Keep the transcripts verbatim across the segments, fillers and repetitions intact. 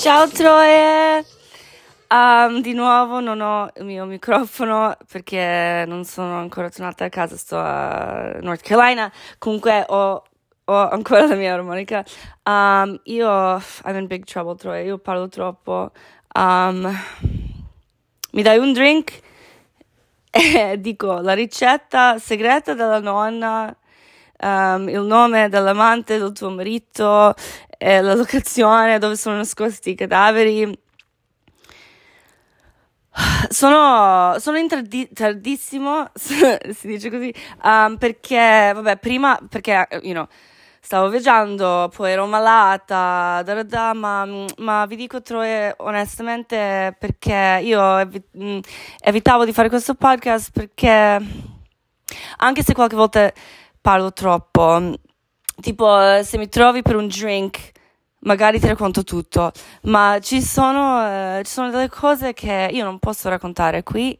Ciao Troie! Um, di nuovo non ho il mio microfono perché non sono ancora tornata a casa, sto a North Carolina. Comunque ho, ho ancora la mia armonica. Um, io, I'm in big trouble, Troie, io parlo troppo. Um, mi dai un drink e dico la ricetta segreta della nonna, um, il nome dell'amante del tuo marito, e la locazione dove sono nascosti i cadaveri. Sono, sono in tardi- tardissimo, si dice così, um, perché, vabbè, prima, perché, you know, stavo viaggiando, poi ero malata, da, da, da, ma, ma vi dico, Troie, onestamente, perché io evi- mh, evitavo di fare questo podcast perché, anche se qualche volta parlo troppo, tipo, se mi trovi per un drink, magari ti racconto tutto, ma ci sono, eh, ci sono delle cose che io non posso raccontare qui,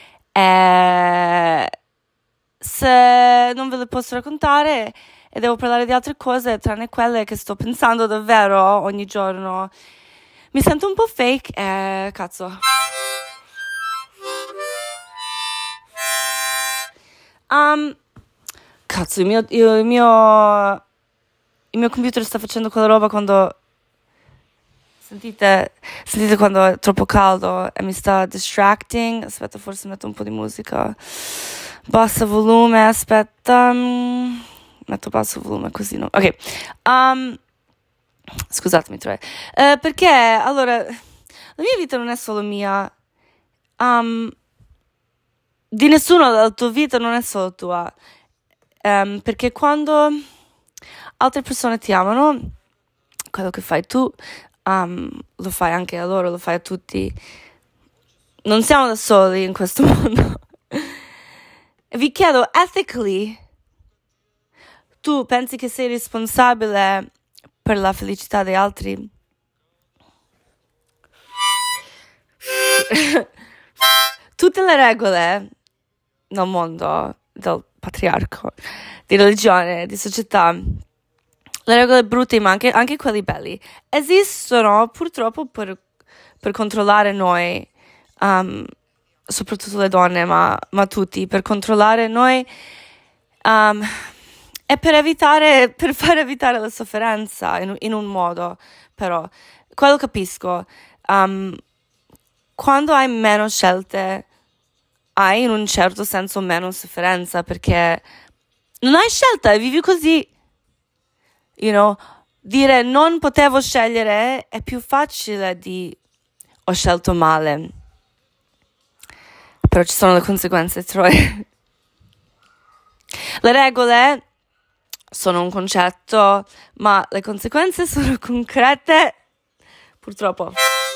e se non ve le posso raccontare e devo parlare di altre cose, tranne quelle che sto pensando davvero ogni giorno, mi sento un po' fake e cazzo. Um, cazzo, il mio, io- il mio... Il mio computer sta facendo quella roba quando... Sentite, sentite quando è troppo caldo e mi sta distracting. Aspetta, forse metto un po' di musica. Bassa volume, aspetta. mm, Metto basso volume così, no? Ok. Um, scusatemi, Troy. Eh, perché, allora, la mia vita non è solo mia. Um, di nessuno, la tua vita non è solo tua. Um, perché quando altre persone ti amano, quello che fai tu, um, lo fai anche a loro, lo fai a tutti. Non siamo da soli in questo mondo. Vi chiedo, ethically, tu pensi che sei responsabile per la felicità degli altri? Tutte le regole nel mondo del patriarco, di religione, di società, le regole brutte, ma anche, anche quelli belli, esistono purtroppo per, per controllare noi, um, soprattutto le donne, ma, ma tutti, per controllare noi um, e per evitare, per far evitare la sofferenza in, in un modo, però, quello capisco. Um, quando hai meno scelte, hai in un certo senso meno sofferenza, perché non hai scelta e vivi così. You know, dire non potevo scegliere è più facile di ho scelto male. Però ci sono le conseguenze, Troy. Le regole sono un concetto, ma le conseguenze sono concrete, purtroppo.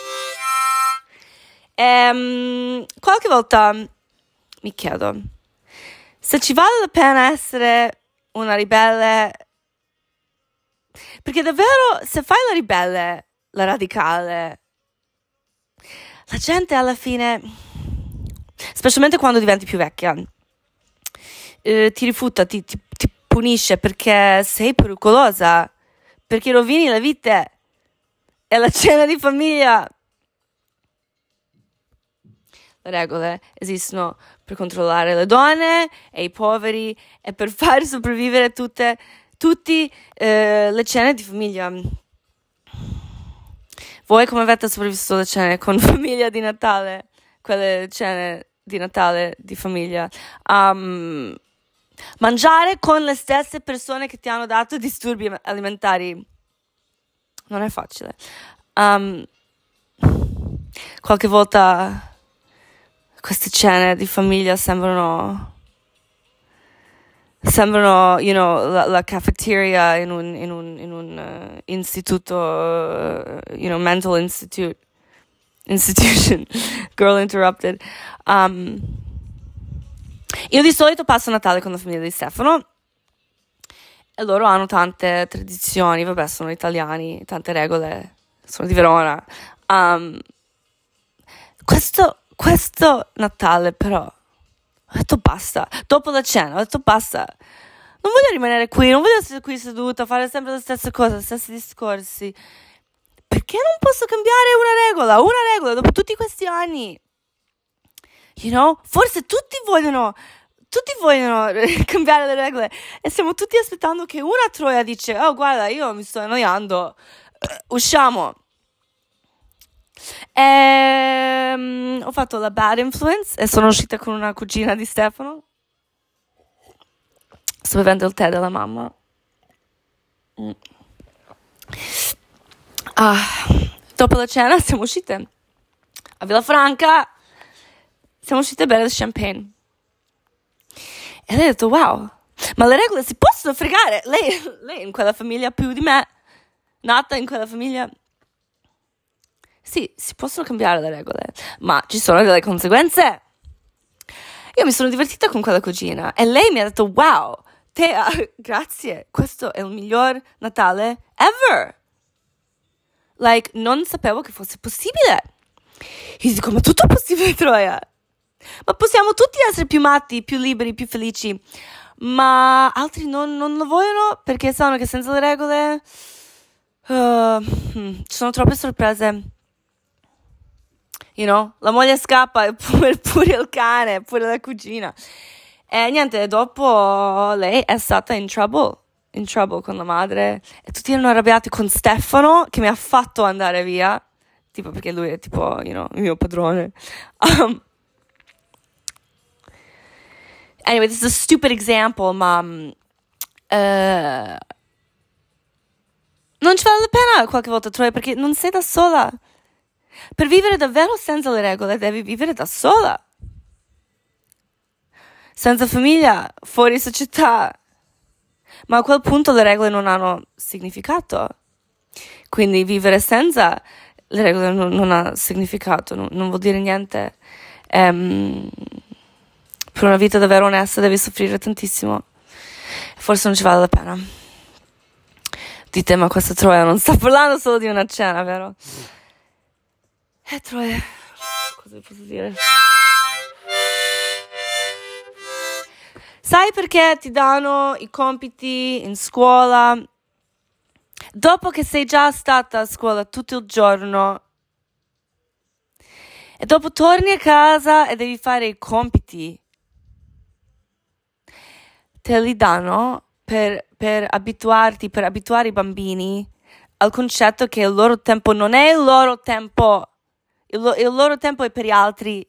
Ehm, qualche volta mi chiedo se ci vale la pena essere una ribelle. Perché davvero, se fai la ribelle, la radicale, la gente alla fine, specialmente quando diventi più vecchia, eh, ti rifiuta, ti, ti, ti punisce perché sei pericolosa, perché rovini la vita e la cena di famiglia. Le regole esistono per controllare le donne e i poveri e per far sopravvivere tutte tutti eh, le cene di famiglia. Voi come avete sopravvissuto le cene con famiglia di Natale? Quelle cene di Natale di famiglia. Um, mangiare con le stesse persone che ti hanno dato disturbi alimentari non è facile. Um, qualche volta queste cene di famiglia sembrano sembrano, you know, la, la cafeteria in un, in un, in un uh, istituto, uh, you know, mental institute, institution, girl interrupted. Um, io di solito passo Natale con la famiglia di Stefano e loro hanno tante tradizioni, vabbè, sono italiani, tante regole, sono di Verona. Um, questo, questo Natale però ho detto basta, dopo la cena ho detto basta, non voglio rimanere qui, non voglio essere qui seduta a fare sempre le stesse cose, gli stessi discorsi, perché non posso cambiare una regola, una regola dopo tutti questi anni? You know, forse tutti vogliono, tutti vogliono cambiare le regole e stiamo tutti aspettando che una troia dice, oh guarda, io mi sto annoiando, uh, usciamo. E, um, ho fatto la bad influence e sono uscita con una cugina di Stefano. Sto bevendo il tè della mamma. Mm. Ah, dopo la cena siamo uscite a Villafranca, siamo uscite a bere il champagne e lei ha detto wow, ma le regole si possono fregare. Lei, lei in quella famiglia più di me, nata in quella famiglia. Sì, si possono cambiare le regole, ma ci sono delle conseguenze. Io mi sono divertita con quella cugina e lei mi ha detto wow Tea, grazie, questo è il miglior Natale ever. Like, non sapevo che fosse possibile. Io dico, ma tutto è possibile, Troia. Ma possiamo tutti essere più matti, più liberi, più felici. Ma altri non, non lo vogliono perché sanno che senza le regole uh, ci sono troppe sorprese. You know, la moglie scappa e pure, pure il cane, pure la cugina. E niente, dopo lei è stata in trouble, in trouble con la madre. E tutti erano arrabbiati con Stefano, che mi ha fatto andare via. Tipo, perché lui è tipo, you know, il mio padrone. Um, anyway, this is a stupid example, ma... Uh, non ci vale la pena qualche volta, Troia, perché non sei da sola. Per vivere davvero senza le regole, devi vivere da sola. Senza famiglia, fuori società. Ma a quel punto le regole non hanno significato. Quindi vivere senza le regole non, non ha significato, non, non vuol dire niente. Um, per una vita davvero onesta devi soffrire tantissimo. Forse non ci vale la pena. Dite, ma questa Troia non sta parlando solo di una cena, vero? Eh, Troia, cosa vi posso dire? Sai perché ti danno i compiti in scuola? Dopo che sei già stata a scuola tutto il giorno e dopo torni a casa e devi fare i compiti, te li danno per, per abituarti, per abituare i bambini al concetto che il loro tempo non è il loro tempo, il, lo, il loro tempo è per gli altri.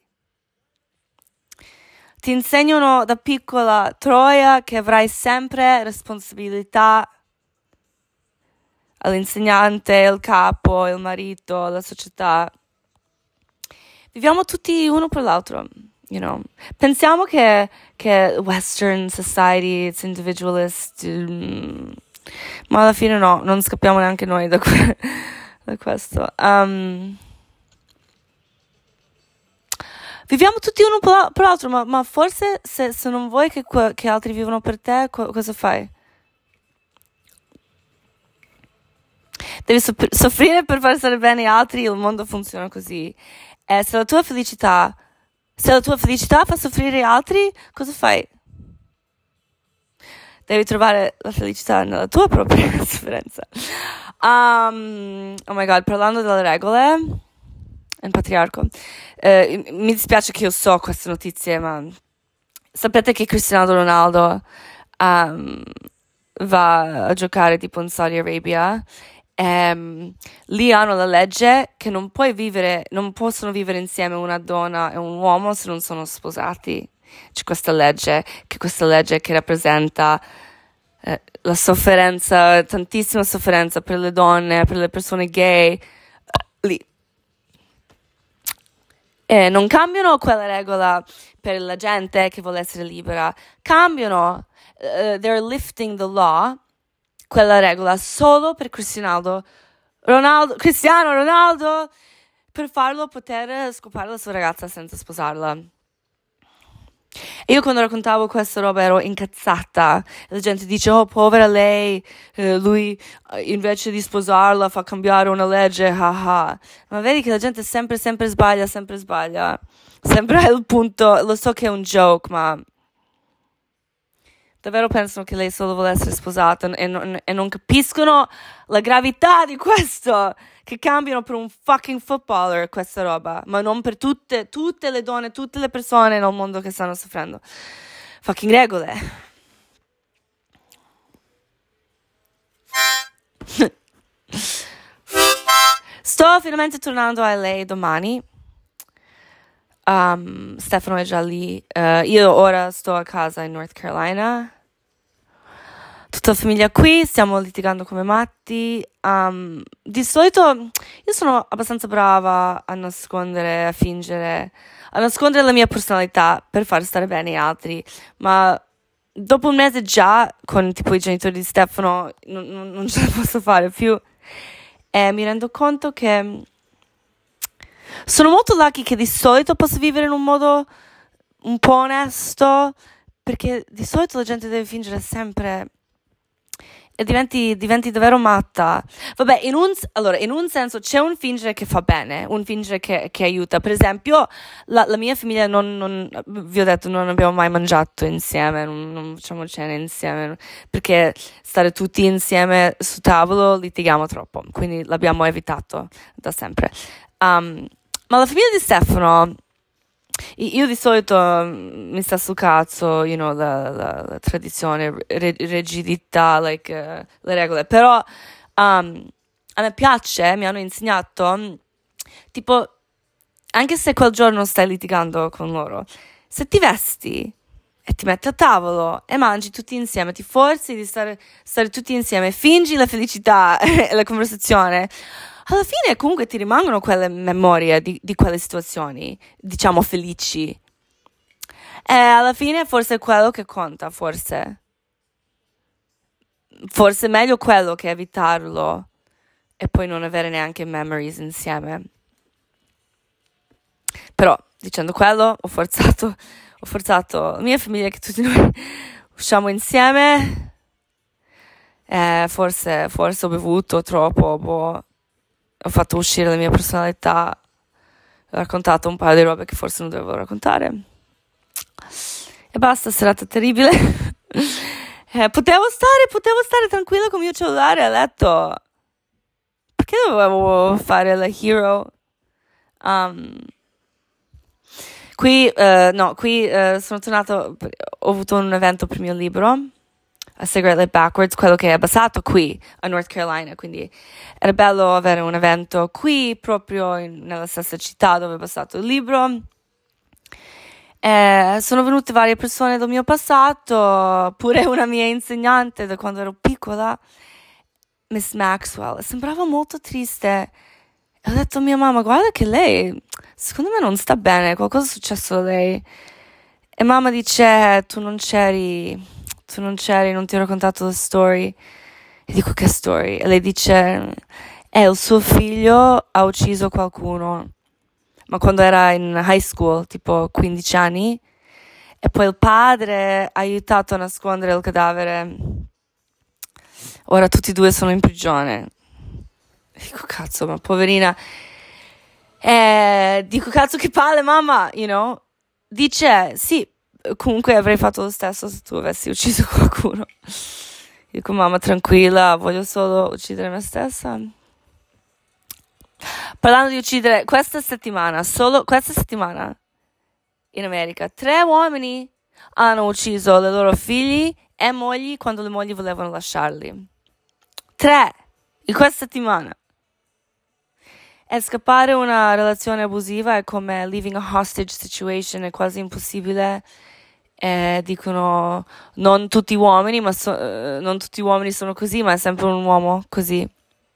Ti insegnano da piccola, Troia, che avrai sempre responsabilità all'insegnante, il capo, il marito, la società. Viviamo tutti uno per l'altro, you know. Pensiamo che, che Western society, it's individualist, mm, ma alla fine no, non scappiamo neanche noi da, que- da questo. Um, Viviamo tutti uno per l'altro, ma, ma forse se, se non vuoi che, che altri vivano per te, co- cosa fai? Devi soff- soffrire per far stare bene gli altri, il mondo funziona così. E se la tua felicità, se la tua felicità fa soffrire gli altri, cosa fai? Devi trovare la felicità nella tua propria sofferenza. Um, oh my god, parlando delle regole... il patriarco. Eh, mi dispiace che io so queste notizie, ma sapete che Cristiano Ronaldo um, va a giocare tipo in Saudi Arabia? Um, lì hanno la legge che non puoi vivere, non possono vivere insieme una donna e un uomo se non sono sposati. C'è questa legge, che questa legge che rappresenta eh, la sofferenza, tantissima sofferenza per le donne, per le persone gay, eh, lì. E non cambiano quella regola per la gente che vuole essere libera, cambiano, uh, they're lifting the law, quella regola solo per Cristiano Ronaldo, Cristiano Ronaldo, per farlo poter scopare la sua ragazza senza sposarla. E io quando raccontavo questa roba ero incazzata e la gente dice oh povera lei, eh, lui invece di sposarla fa cambiare una legge, haha. Ma vedi che la gente sempre sempre sbaglia, sempre sbaglia, sempre è il punto. Lo so che è un joke, ma davvero pensano che lei solo vuole essere sposata e non, e non capiscono la gravità di questo, che cambiano per un fucking footballer questa roba, ma non per tutte, tutte le donne, tutte le persone nel mondo che stanno soffrendo. Fucking regole. Sto finalmente tornando a L A domani. Um, Stefano è già lì. Uh, io ora sto a casa in North Carolina. Tutta la famiglia qui, stiamo litigando come matti. Um, di solito io sono abbastanza brava a nascondere, a fingere, a nascondere la mia personalità per far stare bene gli altri, ma dopo un mese già con tipo i genitori di Stefano non, non, non ce la posso fare più e mi rendo conto che sono molto lucky che di solito posso vivere in un modo un po' onesto, perché di solito la gente deve fingere sempre e diventi, diventi davvero matta. Vabbè, in un, allora, in un senso c'è un fingere che fa bene, un fingere che, che aiuta. Per esempio, la, la mia famiglia non, non, vi ho detto, non abbiamo mai mangiato insieme, non, non facciamo cene insieme, perché stare tutti insieme su tavolo litighiamo troppo, quindi l'abbiamo evitato da sempre. Um, ma la famiglia di Stefano, io di solito mi sta sul cazzo, you know, la, la, la tradizione, re, rigidità, like, uh, le regole, però um, a me piace, mi hanno insegnato, tipo, anche se quel giorno stai litigando con loro, se ti vesti e ti metti a tavolo e mangi tutti insieme, ti forzi di stare, stare tutti insieme, fingi la felicità e la conversazione, alla fine comunque ti rimangono quelle memorie di, di quelle situazioni, diciamo felici. E alla fine forse è quello che conta, forse. Forse è meglio quello che evitarlo e poi non avere neanche memories insieme. Però, dicendo quello, ho forzato, ho forzato la mia famiglia che tutti noi usciamo insieme. E forse, forse ho bevuto troppo, boh. Ho fatto uscire la mia personalità, ho raccontato un paio di robe che forse non dovevo raccontare. E basta, serata terribile. eh, potevo stare, potevo stare tranquilla con il mio cellulare a letto. Perché dovevo fare la hero? Um, qui, uh, no, qui uh, sono tornato, ho avuto un evento per il mio libro, A Cigarette Lit Backwards, quello che è basato qui a North Carolina, quindi era bello avere un evento qui proprio in, nella stessa città dove è basato il libro. Eh, sono venute varie persone del mio passato, pure una mia insegnante da quando ero piccola, Miss Maxwell. Sembrava molto triste e ho detto a mia mamma: guarda che lei secondo me non sta bene, qualcosa è successo a lei. E mamma dice: tu non c'eri tu non c'eri, non ti ho raccontato la story. E dico: che story? E lei dice: eh, il suo figlio ha ucciso qualcuno, ma quando era in high school, tipo quindici anni, e poi il padre ha aiutato a nascondere il cadavere. Ora tutti e due sono in prigione. E dico: cazzo, ma poverina. E dico: cazzo, che palle, mamma, you know? Dice: sì, comunque avrei fatto lo stesso se tu avessi ucciso qualcuno. Dico: mamma, tranquilla, voglio solo uccidere me stessa. Parlando di uccidere, questa settimana, solo questa settimana, in America, tre uomini hanno ucciso le loro figli e mogli quando le mogli volevano lasciarli. Tre, in questa settimana. E scappare una relazione abusiva è come living a hostage situation, è quasi impossibile. E dicono: non tutti uomini, ma so, uh, non tutti uomini sono così, ma è sempre un uomo così.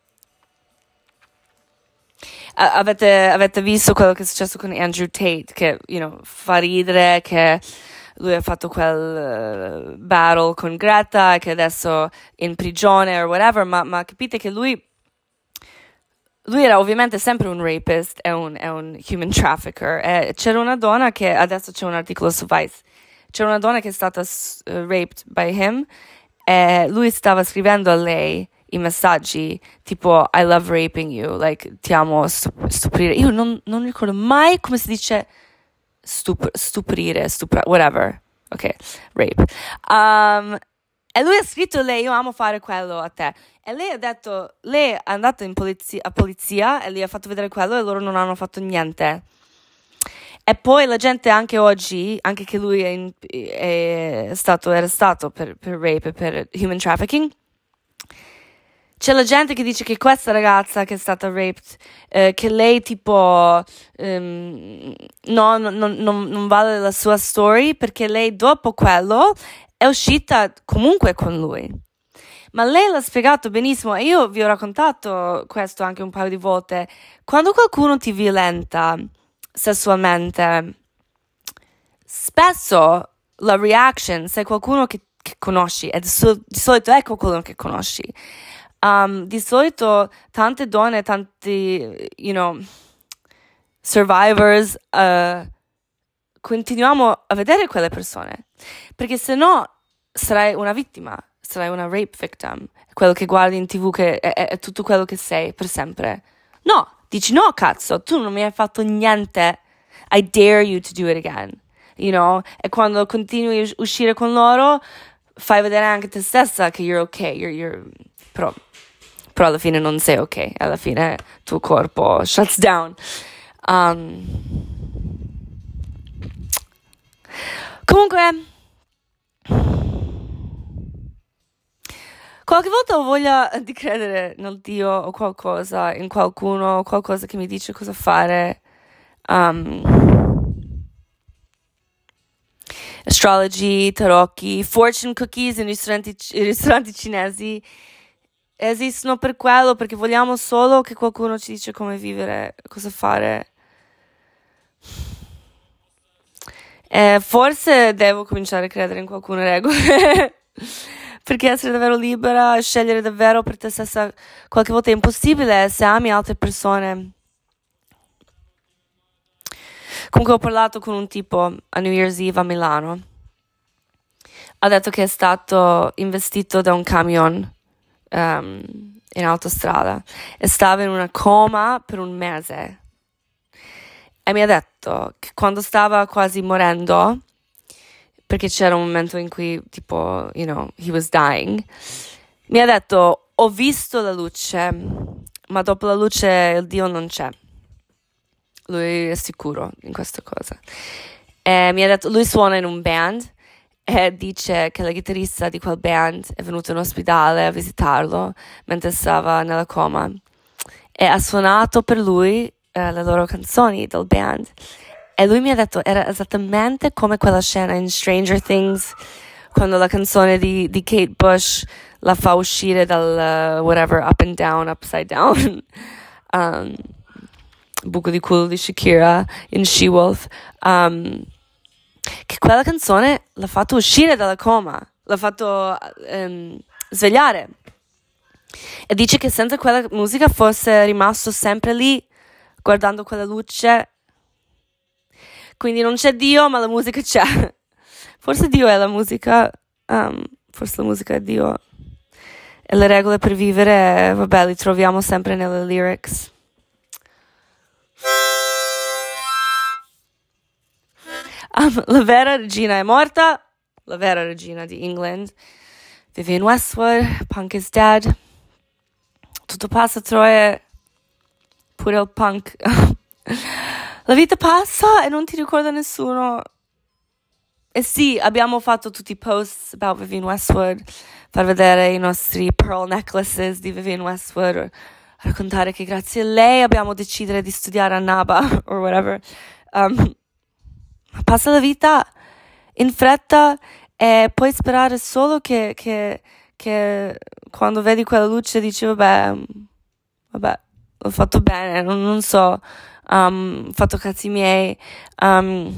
A- avete, avete visto quello che è successo con Andrew Tate, che, you know, fa ridere, che lui ha fatto quel uh, battle con Greta e che adesso è in prigione o whatever, ma, ma capite che lui lui era ovviamente sempre un rapist e un, e un human trafficker. E c'era una donna che, adesso c'è un articolo su Vice, c'era una donna che è stata uh, raped by him e lui stava scrivendo a lei i messaggi tipo: I love raping you, like ti amo stup- stupire. Io non, non ricordo mai come si dice stup- stupire, stupra- whatever. ok, rape. Um, e lui ha scritto a lei, io amo fare quello a te. E lei ha detto, lei è andata in polizia, a polizia e gli ha fatto vedere quello e loro non hanno fatto niente. E poi la gente anche oggi, anche che lui è, in, è stato arrestato per, per rape e per human trafficking, c'è la gente che dice che questa ragazza che è stata raped, eh, che lei tipo um, no, no, no, non, non vale la sua story perché lei dopo quello è uscita comunque con lui. Ma lei l'ha spiegato benissimo e io vi ho raccontato questo anche un paio di volte. Quando qualcuno ti violenta sessualmente, spesso la reaction, se è qualcuno che, che conosci, e di, sol- di solito è qualcuno che conosci, um, di solito tante donne, tanti, you know, survivors, uh, continuiamo a vedere quelle persone, perché se no sarai una vittima, sarai una rape victim, quello che guardi in tv che è, è, è tutto quello che sei per sempre. No, dici no cazzo, tu non mi hai fatto niente, I dare you to do it again, you know, e quando continui a uscire con loro fai vedere anche te stessa che you're ok, you're, you're... Però, però alla fine non sei ok, alla fine il tuo corpo shuts down. Um, comunque qualche volta ho voglia di credere nel Dio o qualcosa, in qualcuno, qualcosa che mi dice cosa fare. Um, astrology, tarocchi, fortune cookies in ristoranti, in ristoranti cinesi esistono per quello, perché vogliamo solo che qualcuno ci dice come vivere, cosa fare. Eh, forse devo cominciare a credere in qualcuna regola. Perché essere davvero libera, scegliere davvero per te stessa qualche volta è impossibile se ami altre persone. Comunque ho parlato con un tipo a New Year's Eve a Milano. Ha detto che è stato investito da un camion um, in autostrada e stava in una coma per un mese. E mi ha detto che quando stava quasi morendo, perché c'era un momento in cui tipo, you know, he was dying, mi ha detto ho visto la luce, ma dopo la luce il Dio non c'è. Lui è sicuro in questa cosa. E mi ha detto, lui suona in un band e dice che la chitarrista di quel band è venuta in ospedale a visitarlo mentre stava nella coma e ha suonato per lui eh, le loro canzoni del band. E lui mi ha detto, era esattamente come quella scena in Stranger Things, quando la canzone di, di Kate Bush la fa uscire dal uh, whatever, up and down, upside down, um, buco di culo di Shakira in She-Wolf, um, che quella canzone l'ha fatto uscire dalla coma, l'ha fatto um, svegliare. E dice che senza quella musica fosse rimasto sempre lì, guardando quella luce. Quindi non c'è Dio, ma la musica c'è. Forse Dio è la musica, um, forse la musica è Dio. E le regole per vivere, vabbè, li troviamo sempre nelle lyrics. Um, la vera regina è morta, la vera regina di England. Vive in Westwood, punk is dead. Tutto passa, Troie, pure il punk. La vita passa e non ti ricorda nessuno. E sì, abbiamo fatto tutti i posts about Vivienne Westwood, far vedere i nostri pearl necklaces di Vivienne Westwood, raccontare che grazie a lei abbiamo deciso di studiare a NABA or whatever. Um, passa la vita in fretta e puoi sperare solo che, che, che quando vedi quella luce dici vabbè, vabbè, ho fatto bene, non, non so. Um, ho fatto cazzi miei, um,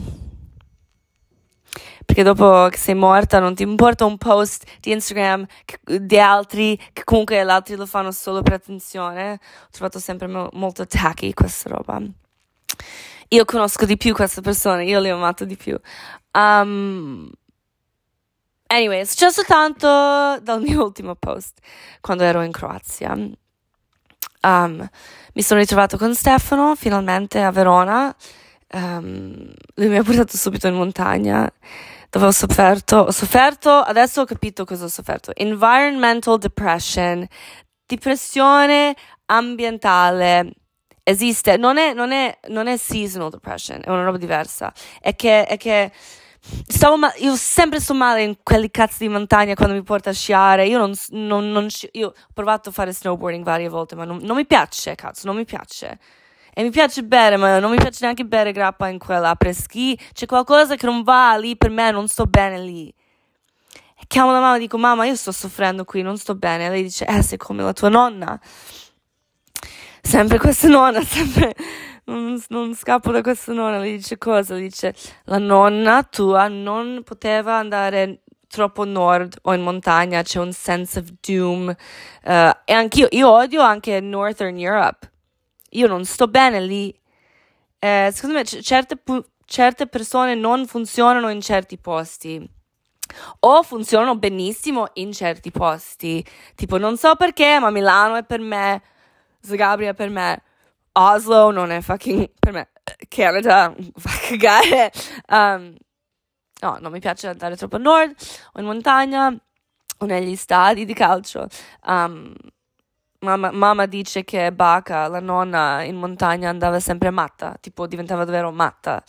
perché dopo che sei morta non ti importa un post di Instagram che, di altri che comunque gli altri lo fanno solo per attenzione. Ho trovato sempre mo- molto tacky questa roba. Io conosco di più queste persone, io le ho amato di più. Um, anyway, è successo tanto dal mio ultimo post quando ero in Croazia. Um, mi sono ritrovato con Stefano finalmente a Verona. Um, lui mi ha portato subito in montagna dove ho sofferto, ho sofferto, adesso ho capito cosa ho sofferto. Environmental depression, depressione ambientale. Esiste, non è, non è, non è seasonal depression, è una roba diversa. È che, è che stavo ma- io sempre sto male in quelli cazzi di montagna quando mi porta a sciare. Io non, non, non sci- io ho provato a fare snowboarding varie volte, ma non, non mi piace, cazzo, non mi piace. E mi piace bere, ma non mi piace neanche bere grappa in quella après-ski. C'è qualcosa che non va lì per me, non sto bene lì. E chiamo la mamma e dico, mamma, io sto soffrendo qui, non sto bene. E lei dice, eh, sei come la tua nonna. Sempre questa nonna, sempre, non, non scappo da questa nonna. Le dice cosa? Le dice, la nonna tua non poteva andare troppo a nord o in montagna, c'è un sense of doom. Uh, e anch'io, io odio anche Northern Europe. Io non sto bene lì. Eh, secondo me c- certe, pu- certe persone non funzionano in certi posti. O funzionano benissimo in certi posti. Tipo, non so perché, ma Milano è per me. Zagabria per me, Oslo non è fucking per me, Canada fa cagare. Um, no, non mi piace andare troppo a nord o in montagna o negli stadi di calcio. Um, mamma, mamma dice che Baca, la nonna in montagna, andava sempre matta, tipo diventava davvero matta.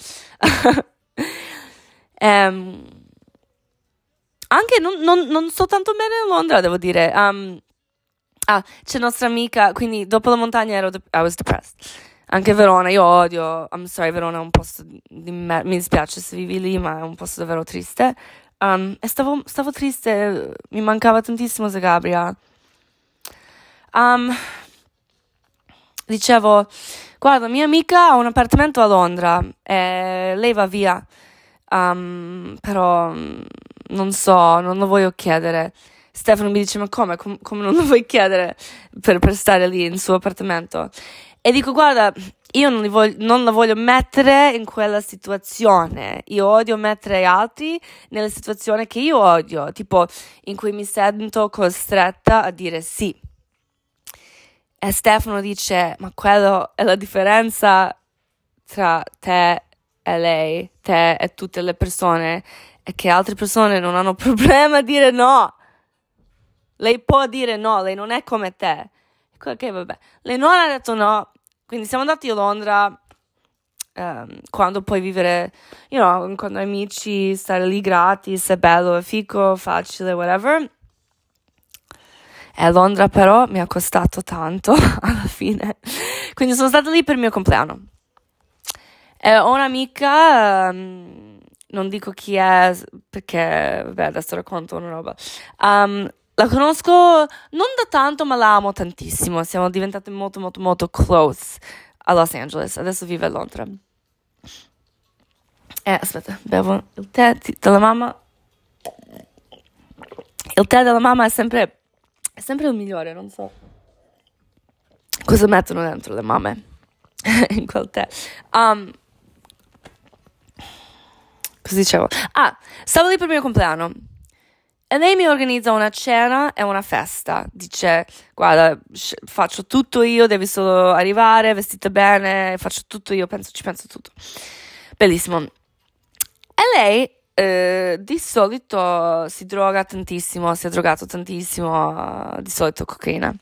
um, anche non, non, non sto tanto bene a Londra, devo dire. Um, Ah, c'è nostra amica, quindi dopo la montagna ero, de- I was depressed. Anche Verona, io odio, I'm sorry, Verona è un posto di me, mi dispiace se vivi lì, ma è un posto davvero triste. Um, e stavo, stavo triste, mi mancava tantissimo Zagabria. Um, dicevo, guarda, mia amica ha un appartamento a Londra, e lei va via, um, però non so, non lo voglio chiedere. Stefano mi dice, ma come, Com- come non lo vuoi chiedere per, per stare lì in suo appartamento? E dico, guarda, io non, li voglio, non la voglio mettere in quella situazione. Io odio mettere altri nelle situazioni che io odio, tipo in cui mi sento costretta a dire sì. E Stefano dice, ma quello è la differenza tra te e lei, te e tutte le persone, è che altre persone non hanno problema a dire no. Lei può dire no, lei non è come te. Ok, vabbè. Lei non ha detto no, quindi siamo andati a Londra um, quando puoi vivere, you know, con amici, stare lì gratis, è bello, è fico, facile, whatever. E a Londra però mi ha costato tanto alla fine. Quindi sono stata lì per il mio compleanno. E ho un'amica, um, non dico chi è, perché, vabbè, adesso racconto una roba. Um, La conosco non da tanto, ma la amo tantissimo. Siamo diventate molto, molto, molto close a Los Angeles. Adesso vive a Londra. Eh, aspetta, bevo il tè della mamma. Il tè della mamma è sempre, è sempre il migliore, non so cosa mettono dentro le mamme in quel tè. Um, cosa dicevo? Ah, stavo lì per il mio compleanno. E lei mi organizza una cena e una festa. Dice, guarda, faccio tutto io, devi solo arrivare, vestita bene, faccio tutto io, penso, ci penso tutto. Bellissimo. E lei eh, di solito si droga tantissimo, si è drogato tantissimo, di solito cocaina.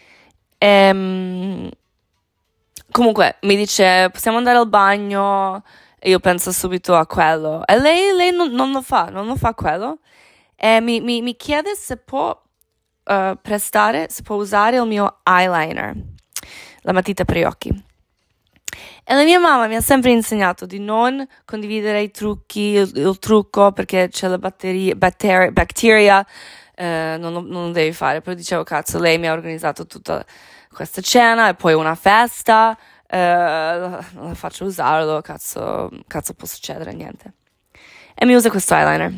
E, comunque, mi dice, possiamo andare al bagno? E io penso subito a quello. E lei, lei non, non lo fa, non lo fa quello. E mi, mi, mi chiede se può uh, prestare, se può usare il mio eyeliner, la matita per gli occhi. E la mia mamma mi ha sempre insegnato di non condividere i trucchi, il, il trucco, perché c'è la batteria, batter- bacteria, eh, non, lo, non lo devi fare. Però dicevo, cazzo, lei mi ha organizzato tutta questa cena e poi una festa, eh, non la faccio usarlo, cazzo, cazzo può succedere, niente. E mi usa questo eyeliner.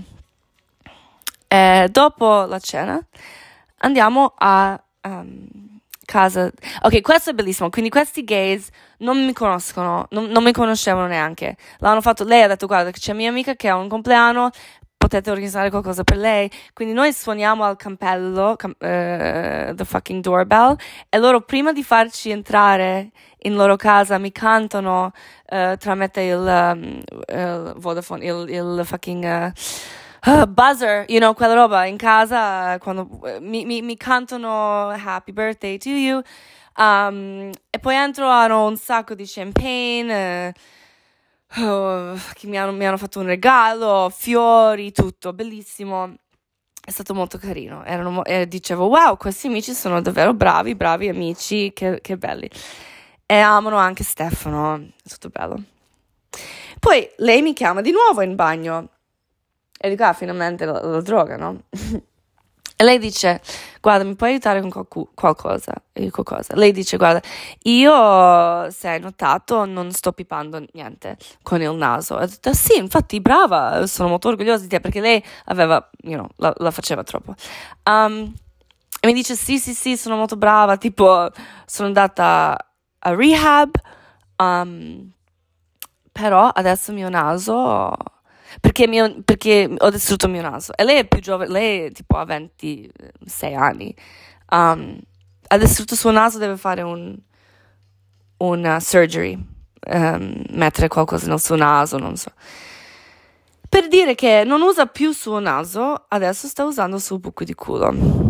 E dopo la cena andiamo a um, casa. Ok, questo è bellissimo. Quindi questi gays non mi conoscono, non, non mi conoscevano neanche. L'hanno fatto, lei ha detto, guarda, che c'è mia amica che ha un compleanno, potete organizzare qualcosa per lei. Quindi noi suoniamo al campello, cam- uh, the fucking doorbell, e loro prima di farci entrare in loro casa mi cantano uh, tramite il, um, il Vodafone, il, il fucking... Uh, uh, buzzer, you know, quella roba in casa quando uh, mi, mi, mi cantano happy birthday to you, um, e poi entro, hanno un sacco di champagne, uh, uh, che mi hanno, mi hanno fatto un regalo, fiori, tutto, bellissimo. È stato molto carino. Erano, e dicevo, wow, questi amici sono davvero bravi, bravi amici, che, che belli. E amano anche Stefano, è tutto bello. Poi lei mi chiama di nuovo in bagno e dico, ah, finalmente la, la droga, no? E lei dice, guarda, mi puoi aiutare con qualcu- qualcosa? E dico, cosa? Lei dice, guarda, io, se hai notato, non sto pipando niente con il naso. E ho detto, sì, infatti, brava, sono molto orgogliosa di te, perché lei aveva, you know, la, la faceva troppo. Um, e mi dice, sì, sì, sì, sono molto brava, tipo, sono andata a rehab, um, però adesso il mio naso... Perché, mio, perché ho distrutto il mio naso. E lei è più giovane, lei tipo ha ventisei anni. Um, ha distrutto il suo naso, deve fare un una surgery, um, mettere qualcosa nel suo naso, non so. Per dire che non usa più il suo naso, adesso sta usando il suo buco di culo.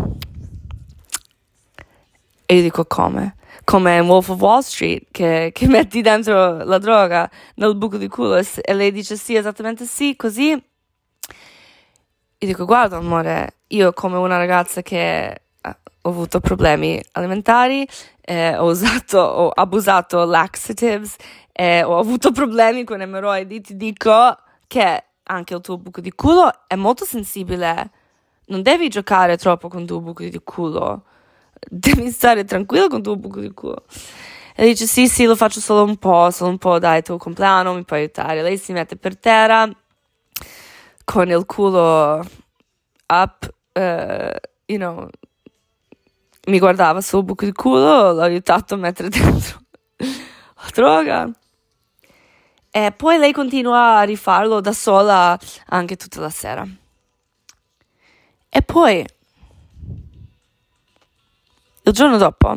E io dico, come? Come in Wolf of Wall Street, che, che metti dentro la droga nel buco di culo, e, e lei dice sì, esattamente sì, così. Io dico, guarda amore, io come una ragazza che eh, ho avuto problemi alimentari, eh, ho usato, ho abusato laxatives, eh, ho avuto problemi con emorroidi, ti dico che anche il tuo buco di culo è molto sensibile, non devi giocare troppo con il tuo buco di culo. Devi stare tranquillo con il tuo buco di culo. E dice sì sì, lo faccio solo un po', solo un po', dai, tuo compleanno, mi puoi aiutare. Lei si mette per terra con il culo up, uh, you know, mi guardava sul buco di culo, l'ho aiutato a mettere dentro la droga. E poi lei continua a rifarlo da sola anche tutta la sera. E poi il giorno dopo,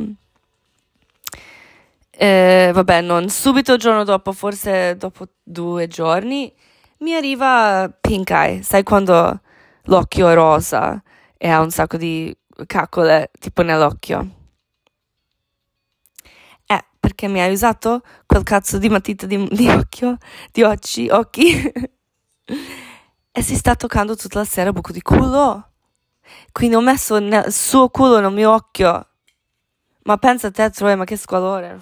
eh, vabbè, non subito il giorno dopo, forse dopo due giorni, mi arriva pink eye. Sai quando l'occhio è rosa e ha un sacco di caccole tipo nell'occhio? Eh, perché mi hai usato quel cazzo di matita di, di occhio, di occhi, occhi, e si sta toccando tutta la sera buco di culo. Quindi ho messo il suo culo nel mio occhio. Ma pensa a te, Troy, ma che squalore.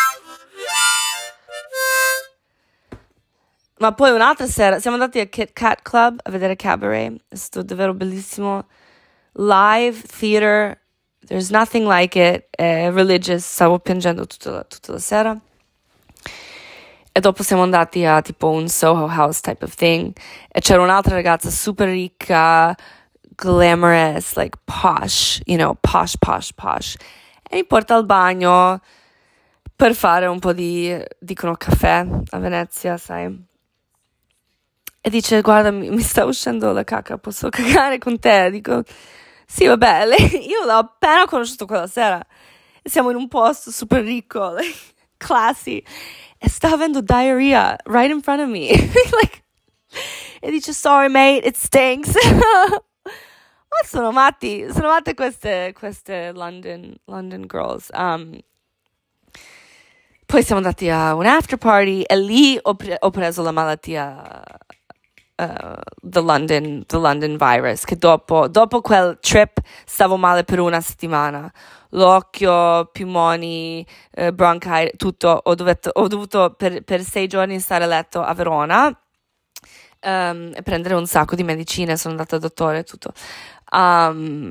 Ma poi un'altra sera siamo andati al Kit Kat Club a vedere Cabaret. È stato davvero bellissimo. Live theater, there's nothing like it. È religious, stavo piangendo tutta la, tutta la sera. E dopo siamo andati a tipo un Soho House type of thing. E c'era un'altra ragazza super ricca, glamorous, like posh, you know, posh, posh, posh. E mi porta al bagno per fare un po' di, dicono caffè a Venezia, sai. E dice, guarda, mi, mi sta uscendo la cacca, posso cagare con te? Dico, sì, vabbè, lei, io l'ho appena conosciuto quella sera. E siamo in un posto super ricco, like, classy. E sta avendo diarrhea right in front of me. Like, e dice, sorry mate, it stinks. Ma sono matti, sono matte queste, queste London, London girls. Um, poi siamo andati a un after party e lì ho, pre- ho preso la malattia, uh, the London, the London virus, che dopo, dopo quel trip stavo male per una settimana. L'occhio, polmoni, uh, bronchi, tutto. Ho dovuto, ho dovuto per, per sei giorni stare a letto a Verona um, e prendere un sacco di medicine. Sono andata al dottore e tutto. Um,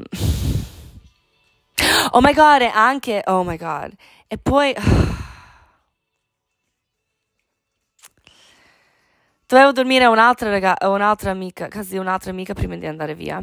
oh my god, e anche, oh my god, e poi dovevo dormire a un'altra ragazza, un'altra amica, casa di un'altra amica prima di andare via.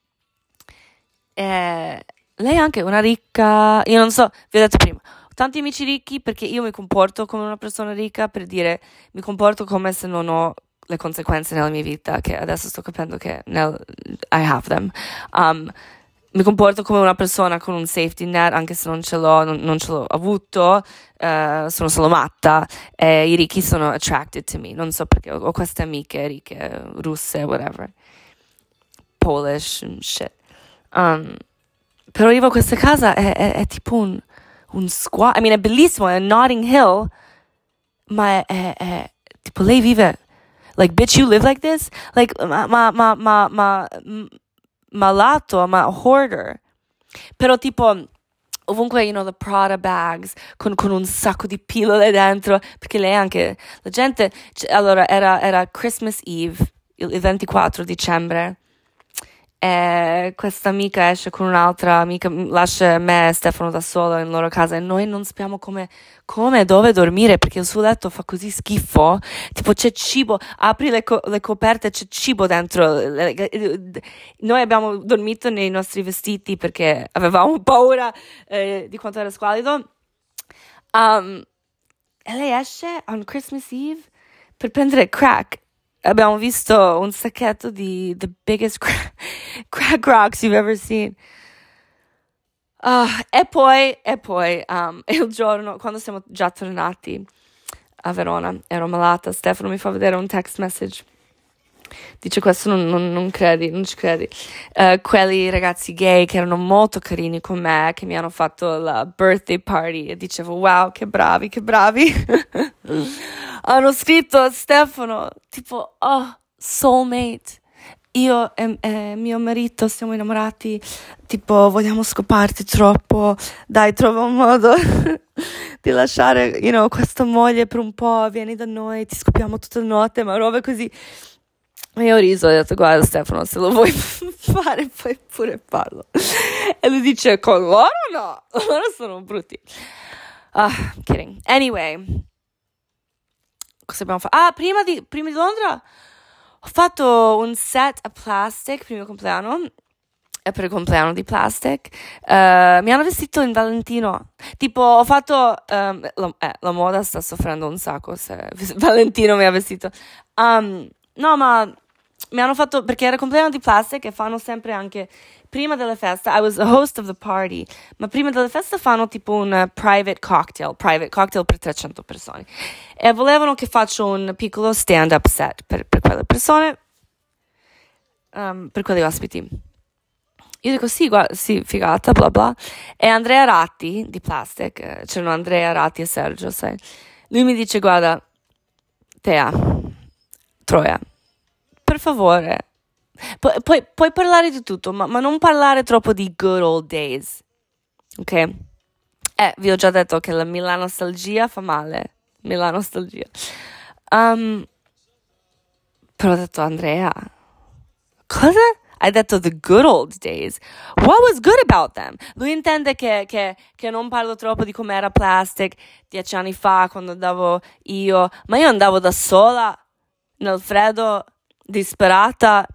E lei è anche una ricca, io non so, vi ho detto prima, ho tanti amici ricchi perché io mi comporto come una persona ricca, per dire, mi comporto come se non ho le conseguenze nella mia vita, che adesso sto capendo che nel, I have them. Um, mi comporto come una persona con un safety net, anche se non ce l'ho, non, non ce l'ho avuto, uh, sono solo matta, e i ricchi sono attracted to me, non so perché, ho, ho queste amiche ricche, russe, whatever. Polish shit. Um, però arrivo a questa casa, è, è, è tipo un, un squat, I mean, è bellissimo, è Notting Hill, ma è, è, è tipo, lei vive, like, bitch, you live like this? Like, ma, ma, ma, ma, ma, malato, ma hoarder. Però tipo, ovunque, you know, the Prada bags, con, con un sacco di pillole dentro, perché lei anche, la gente, c- allora, era, era Christmas Eve, il, il ventiquattro dicembre, e questa amica esce con un'altra amica, m- lascia me e Stefano da solo in loro casa e noi non sappiamo come, come e dove dormire perché il suo letto fa così schifo, tipo c'è cibo, apri le, co- le coperte, c'è cibo dentro. Le- le- Noi abbiamo dormito nei nostri vestiti perché avevamo paura eh, di quanto era squallido. Um, e lei esce on Christmas Eve per prendere crack. Abbiamo visto un sacchetto di the biggest crack, crack rocks you've ever seen. Ah, e poi, e poi um, il giorno, quando siamo già tornati a Verona, ero malata, Stefano mi fa vedere un text message. Dice questo non, non, non credi, non ci credi. Eh, quelli ragazzi gay che erano molto carini con me, che mi hanno fatto la birthday party e dicevo wow che bravi, che bravi. Hanno scritto a Stefano tipo oh soulmate, io e, e mio marito siamo innamorati, tipo vogliamo scoparti troppo, dai trova un modo di lasciare you know, questa moglie per un po', vieni da noi, ti scopiamo tutta la notte, ma robe così. E io ho riso, ho detto guarda Stefano, se lo vuoi fare puoi pure farlo. E lui dice con loro no, loro sono brutti. Ah, I'm kidding. Anyway, cosa abbiamo fatto? Ah, prima di, prima di Londra ho fatto un set a Plastic per il mio compleanno. E per il compleanno di Plastic uh, mi hanno vestito in Valentino, tipo ho fatto um, la, eh, la moda sta soffrendo un sacco se Valentino mi ha vestito um, no ma mi hanno fatto, perché era il compleanno di Plastic e fanno sempre anche prima della festa, I was the host of the party, ma prima della festa fanno tipo un private cocktail, private cocktail per trecento persone e volevano che faccio un piccolo stand up set per, per quelle persone, um, per quegli ospiti. Io dico sì, guarda, sì, figata, bla bla. E Andrea Ratti di Plastic, eh, c'erano Andrea Ratti e Sergio, sai. Lui mi dice, guarda, Tea, Troia, per favore, pu- puoi, puoi parlare di tutto, ma, ma non parlare troppo di good old days, ok? Eh, vi ho già detto che la Milanostalgia fa male, Milanostalgia. Um, però ho detto, Andrea, cosa? Hai detto the good old days. What was good about them? Lui intende che, che, che non parlo troppo di com'era Plastic dieci anni fa quando andavo io, ma io andavo da sola nel freddo, disperata.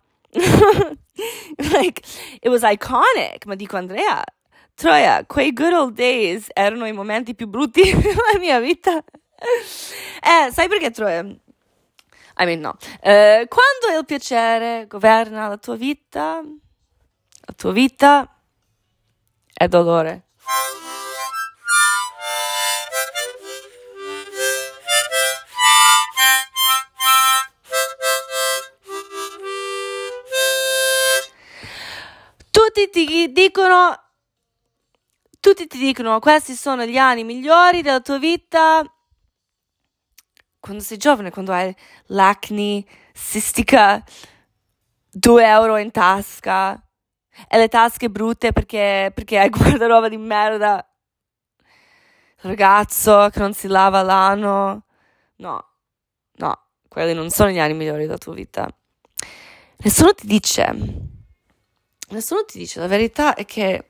Like, it was iconic. Ma dico Andrea, Troia, quei good old days erano i momenti più brutti della mia vita. Eh, sai perché Troia? I mean, no. Eh, quando il piacere governa la tua vita, la tua vita è dolore. Tutti ti dicono, tutti ti dicono, questi sono gli anni migliori della tua vita. Quando sei giovane, quando hai l'acne cistica, due euro in tasca e le tasche brutte perché, perché hai guardaroba di merda, ragazzo che non si lava l'ano. No, no, quelli non sono gli anni migliori della tua vita. Nessuno ti dice, nessuno ti dice, la verità è che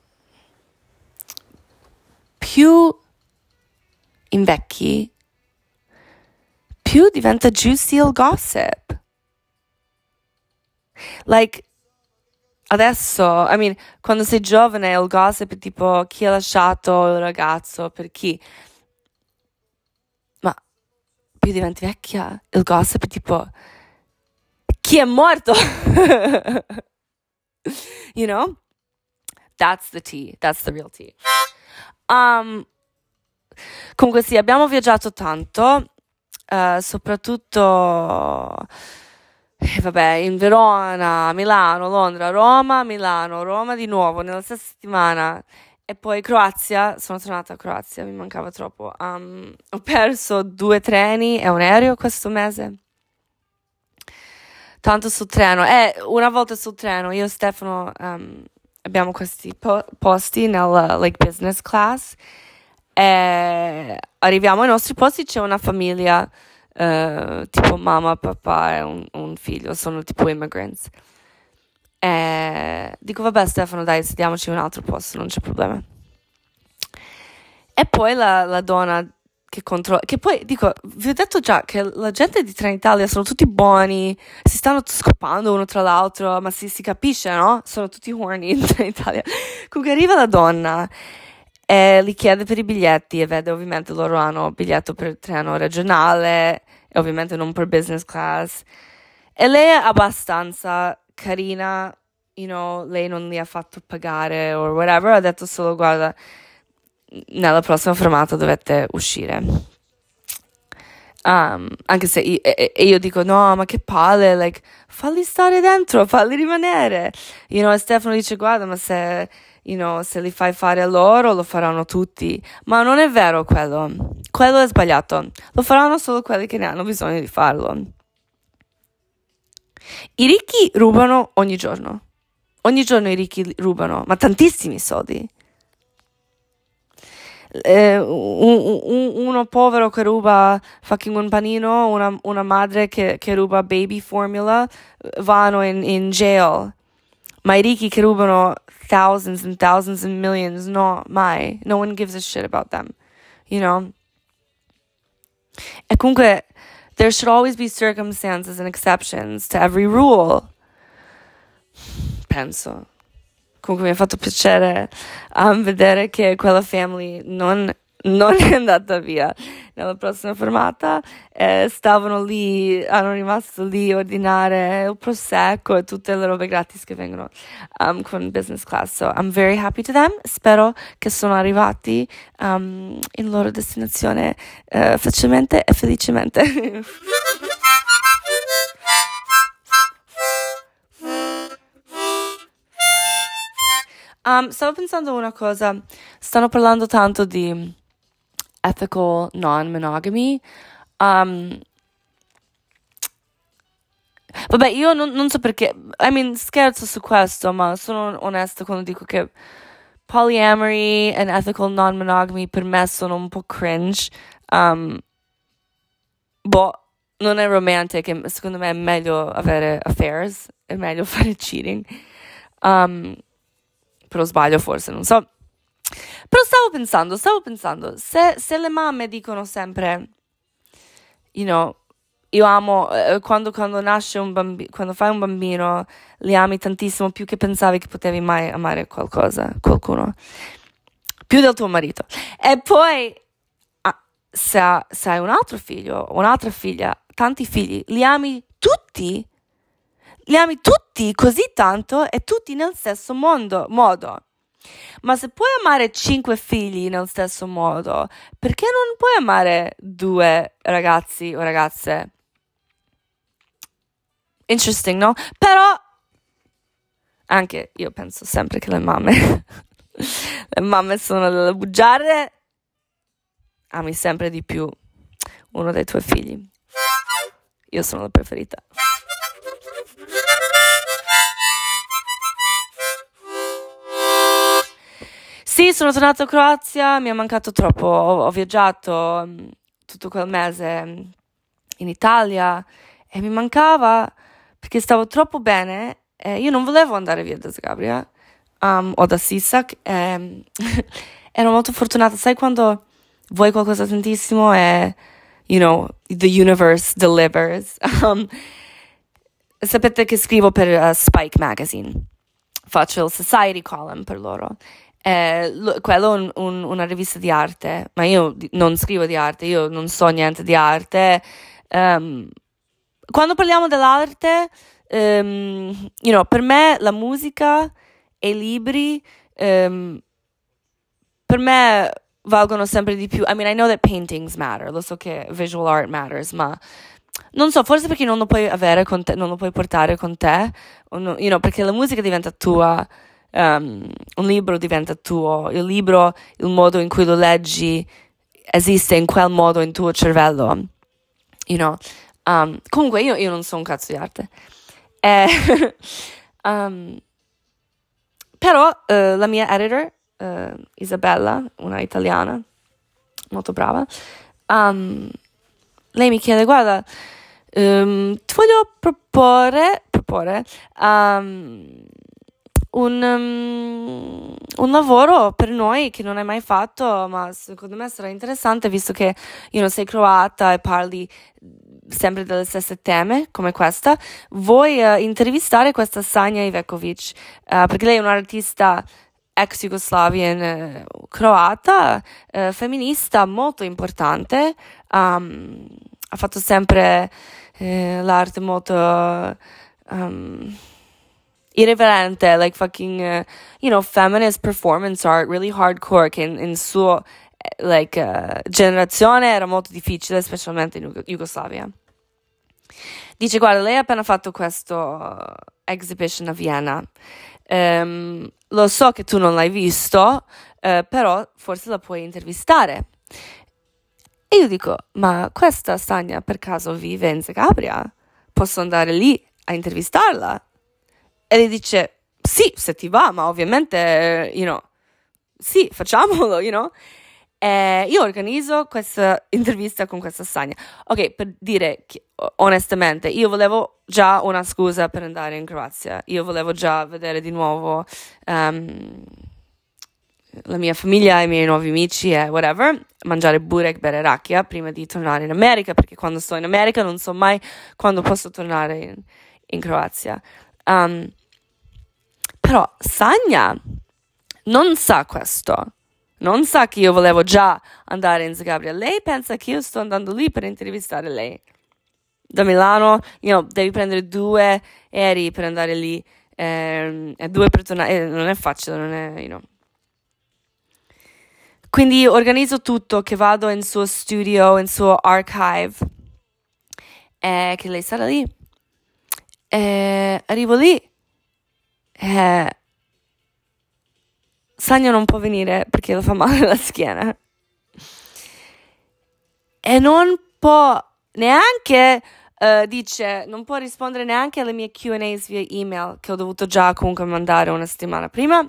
più invecchi, più diventa juicy il gossip. Like, adesso, I mean, quando sei giovane il gossip è tipo chi ha lasciato il ragazzo, per chi. Ma più diventi vecchia, il gossip è tipo chi è morto. You know? That's the tea. That's the real tea. Um, comunque sì, abbiamo viaggiato tanto. Uh, soprattutto E vabbè, in Verona, Milano, Londra, Roma, Milano, Roma di nuovo nella stessa settimana. E poi Croazia, sono tornata a Croazia, mi mancava troppo. Um, ho perso due treni e un aereo questo mese. Tanto sul treno. E una volta sul treno, io e Stefano um, abbiamo questi po- posti nella like, business class. E arriviamo ai nostri posti, c'è una famiglia, uh, tipo mamma, papà e un, un figlio, sono tipo immigrants. E dico, vabbè Stefano, dai, sediamoci in un altro posto, non c'è problema. E poi la, la donna che controlla, che poi, dico, vi ho detto già che la gente di Trenitalia sono tutti buoni, si stanno scopando uno tra l'altro, ma si, si capisce, no? Sono tutti horny in Trenitalia. Comunque arriva la donna e gli chiede per i biglietti e vede ovviamente loro hanno biglietto per il treno regionale e ovviamente non per business class. E lei è abbastanza carina, you know, lei non li ha fatto pagare o whatever, ha detto solo guarda, nella prossima fermata dovete uscire. Um, anche se io, e, e io dico no, ma che palle, like, falli stare dentro, falli rimanere. You know, e Stefano dice guarda, ma se, you know, se li fai fare a loro lo faranno tutti. Ma non è vero quello, quello è sbagliato, lo faranno solo quelli che ne hanno bisogno di farlo. I ricchi rubano ogni giorno. Ogni giorno i ricchi rubano, ma tantissimi soldi. Eh, un, un, uno povero che ruba fucking un panino, una, una madre che, che ruba baby formula, vanno in, in jail. Ma i ricchi che rubano thousands and thousands and millions, no, mai. No one gives a shit about them, you know? E comunque, there should always be circumstances and exceptions to every rule. Penso. Comunque mi ha fatto piacere um, vedere che quella family non, non è andata via nella prossima fermata. Eh, stavano lì, hanno rimasto lì a ordinare il prosecco e tutte le robe gratis che vengono um, con business class. So I'm very happy to them. Spero che sono arrivati um, in loro destinazione uh, facilmente e felicemente. Um, stavo pensando una cosa, stanno parlando tanto di ethical non-monogamy. Um, vabbè, io non, non so perché, I mean, scherzo su questo, ma sono onesta quando dico che polyamory and ethical non-monogamy per me sono un po' cringe. Um, boh, non è romantic, e secondo me è meglio avere affairs, è meglio fare cheating. Um, però sbaglio forse, non so. Però stavo pensando, stavo pensando, se, se le mamme dicono sempre, you know, io amo, eh, quando, quando nasce un bambino, quando fai un bambino, li ami tantissimo più che pensavi che potevi mai amare qualcosa, qualcuno, più del tuo marito. E poi, ah, se, ha, se hai un altro figlio, un'altra figlia, tanti figli, li ami tutti, li ami tutti così tanto e tutti nel stesso mondo, modo. Ma se puoi amare cinque figli nel stesso modo, perché non puoi amare due ragazzi o ragazze? Interesting, no? Però anche io penso sempre che le mamme le mamme sono delle bugiarde. Ami sempre di più uno dei tuoi figli. Io sono la preferita. Sì, sono tornata a Croazia, mi è mancato troppo, ho, ho viaggiato um, tutto quel mese um, in Italia e mi mancava perché stavo troppo bene e io non volevo andare via da Zagabria um, o da Sisak e ero molto fortunata, sai quando vuoi qualcosa tantissimo e, you know, the universe delivers. Um, sapete che scrivo per uh, Spike Magazine, faccio il society column per loro. Eh, lo, quello è un, un, una rivista di arte, ma io di, non scrivo di arte, io non so niente di arte. Um, quando parliamo dell'arte, um, you know, per me la musica e i libri, um, per me valgono sempre di più. I mean, I know that paintings matter, lo so che visual art matters, ma non so, forse perché non lo puoi avere con te, non lo puoi portare con te, o no, you know, perché la musica diventa tua, um, un libro diventa tuo, il libro, il modo in cui lo leggi esiste in quel modo in tuo cervello, you know. Um, comunque io, io non so un cazzo di arte. Eh, um, però uh, la mia editor, uh, Isabella, una italiana, molto brava, um, lei mi chiede, guarda, um, ti voglio proporre, proporre um, un, um, un lavoro per noi che non hai mai fatto, ma secondo me sarà interessante visto che io non sei croata e parli sempre delle stesse teme come questa. Vuoi uh, intervistare questa Sanja Ivekovic, uh, perché lei è un'artista ex Jugoslavian eh, croata, eh, femminista molto importante, um, ha fatto sempre eh, l'arte molto um, irreverente, like fucking uh, you know, feminist performance art, really hardcore, che in, in suo like uh, generazione era molto difficile, specialmente in Jug- Jugoslavia. Dice, guarda, lei ha appena fatto questo exhibition a Vienna. Um, lo so che tu non l'hai visto, uh, però forse la puoi intervistare. E io dico, ma questa Sanja per caso vive in Zagabria? Posso andare lì a intervistarla? E lei dice, sì, se ti va, ma ovviamente, you know, sì, facciamolo, you know. E io organizzo questa intervista con questa Sanja. Ok, per dire che, onestamente, io volevo già una scusa per andare in Croazia. Io volevo già vedere di nuovo um, la mia famiglia, i miei nuovi amici e whatever, mangiare burek, bere rakia prima di tornare in America, perché quando sto in America non so mai quando posso tornare in, in Croazia. Um, però Sanja non sa questo. Non sa che io volevo già andare in Zagabria. Lei pensa che io sto andando lì per intervistare lei. Da Milano, you know, devi prendere due aerei per andare lì. Eh, e due per tornare. Eh, non è facile, non è, you know. Quindi organizzo tutto, che vado in suo studio, in suo archive. E che lei sarà lì. E arrivo lì. E Sanja non può venire perché lo fa male la schiena e non può neanche uh, dice non può rispondere neanche alle mie Q and A's via email che ho dovuto già comunque mandare una settimana prima,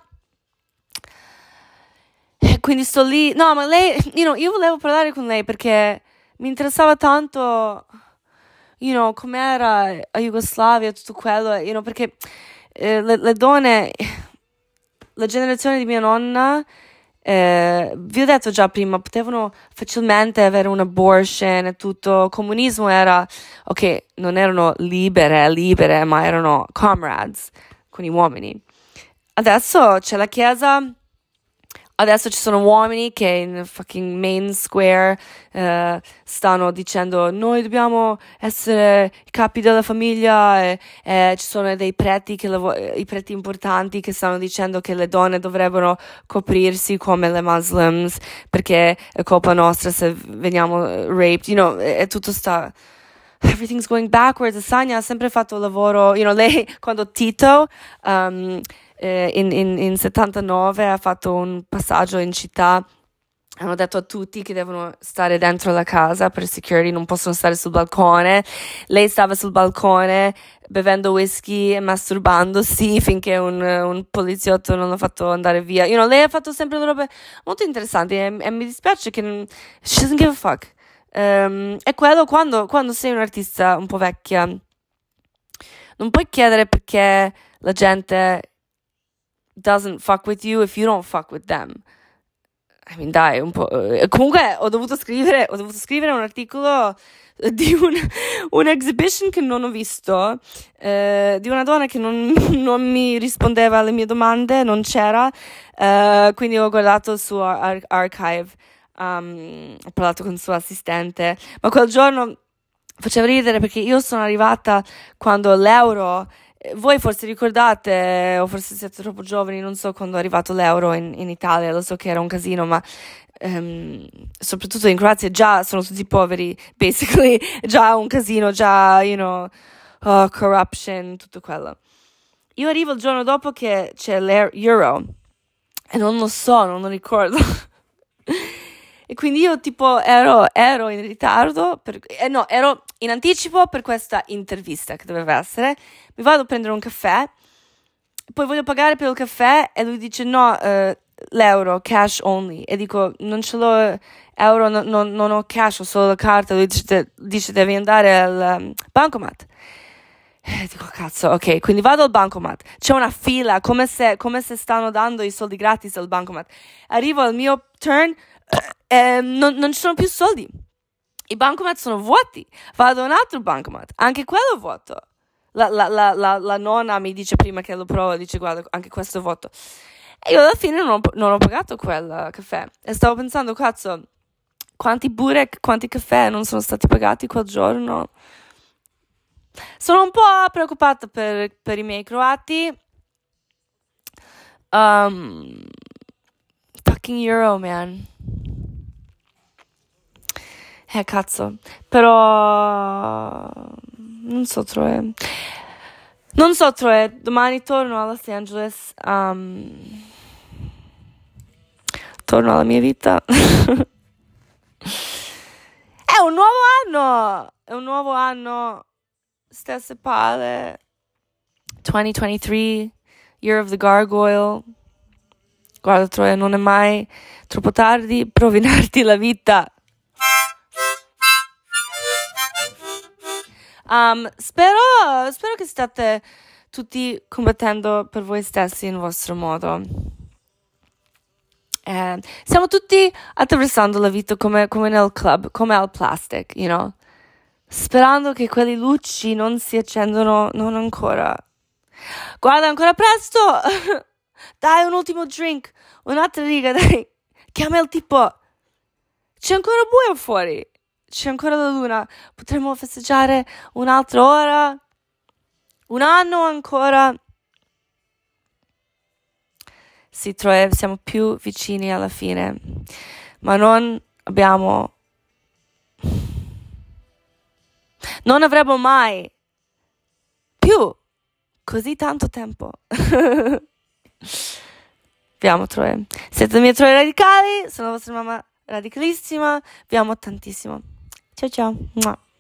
e quindi sto lì. No, ma lei, you know, io volevo parlare con lei perché mi interessava tanto, you know, com'era a Jugoslavia, tutto quello, you know, perché eh, le, le donne, la generazione di mia nonna, eh, vi ho detto già prima, potevano facilmente avere un abortion e tutto. Comunismo era, ok, non erano libere, libere, ma erano comrades con gli uomini. Adesso c'è la chiesa, adesso ci sono uomini che in fucking Main Square uh, stanno dicendo noi dobbiamo essere i capi della famiglia, e, e ci sono dei preti, che lav- i preti importanti che stanno dicendo che le donne dovrebbero coprirsi come le Muslims perché è colpa nostra se veniamo raped, you know, e, e tutto sta... Everything's going backwards. Sanja ha sempre fatto lavoro, you know, lei quando Tito... Um, Eh, in, in, in settantanove ha fatto un passaggio in città, hanno detto a tutti che devono stare dentro la casa per security, non possono stare sul balcone. Lei stava sul balcone bevendo whisky e masturbandosi finché un, un poliziotto non l'ha fatto andare via. You know, lei ha fatto sempre le robe molto interessanti e, e mi dispiace che non, she doesn't give a fuck. Um, è quello quando, quando sei un'artista un po' vecchia, non puoi chiedere perché la gente doesn't fuck with you if you don't fuck with them. I mean, dai, un po'... Eh, comunque ho dovuto scrivere, ho dovuto scrivere un articolo di un, un exhibition che non ho visto, eh, di una donna che non, non mi rispondeva alle mie domande, non c'era, eh, quindi ho guardato il suo ar- archive, um, ho parlato con il suo assistente, ma quel giorno faceva ridere perché io sono arrivata quando l'euro voi forse ricordate, o forse siete troppo giovani, non so, quando è arrivato l'euro in, in Italia, lo so che era un casino, ma um, soprattutto in Croazia già sono tutti poveri, basically, già un casino, già, you know, oh, corruption, tutto quello. Io arrivo il giorno dopo che c'è l'euro e non lo so, non lo ricordo. E quindi io tipo ero, ero in ritardo, per, eh, no, ero in anticipo per questa intervista che doveva essere. Mi vado a prendere un caffè, poi voglio pagare per il caffè e lui dice no, eh, l'euro, cash only. E dico non ce l'ho, euro, no, no, non ho cash, ho solo la carta. Lui dice, dice devi andare al um, bancomat. E dico cazzo, ok, quindi vado al bancomat, c'è una fila, come se, come se stanno dando i soldi gratis al bancomat. Arrivo al mio turn, eh, non, non ci sono più soldi, i bancomat sono vuoti. Vado a un altro bancomat, anche quello è vuoto. La, la, la, la, la nonna mi dice prima che lo provo, dice guarda anche questo è vuoto. E io alla fine non ho, non ho pagato quel caffè e stavo pensando cazzo, quanti burek, quanti caffè non sono stati pagati quel giorno. Sono un po' preoccupata per, per i miei croati. Um, fucking euro, man. Eh, cazzo. Però non so, Troe. Non so, Troe. Domani torno a Los Angeles. Um, torno alla mia vita. È un nuovo anno. È un nuovo anno. Stesse palle. twenty twenty-three, Year of the Gargoyle. Guarda Troia, non è mai troppo tardi per rovinarti la vita. Um, spero, spero che state tutti combattendo per voi stessi in vostro modo. Eh, stiamo tutti attraversando la vita come, come nel club, come al plastic, you know? Sperando che quelle luci non si accendono, non ancora. Guarda, ancora presto! Dai, un ultimo drink, un'altra riga, dai. Chiama il tipo. C'è ancora buio fuori. C'è ancora la luna. Potremmo festeggiare un'altra ora. Un anno ancora. Sì, Troy, siamo più vicini alla fine. Ma non abbiamo... Non avremo mai più così tanto tempo. Vi amo, Troie. Siete le mie Troie radicali, sono la vostra mamma radicalissima. Vi amo tantissimo. Ciao ciao. Mua.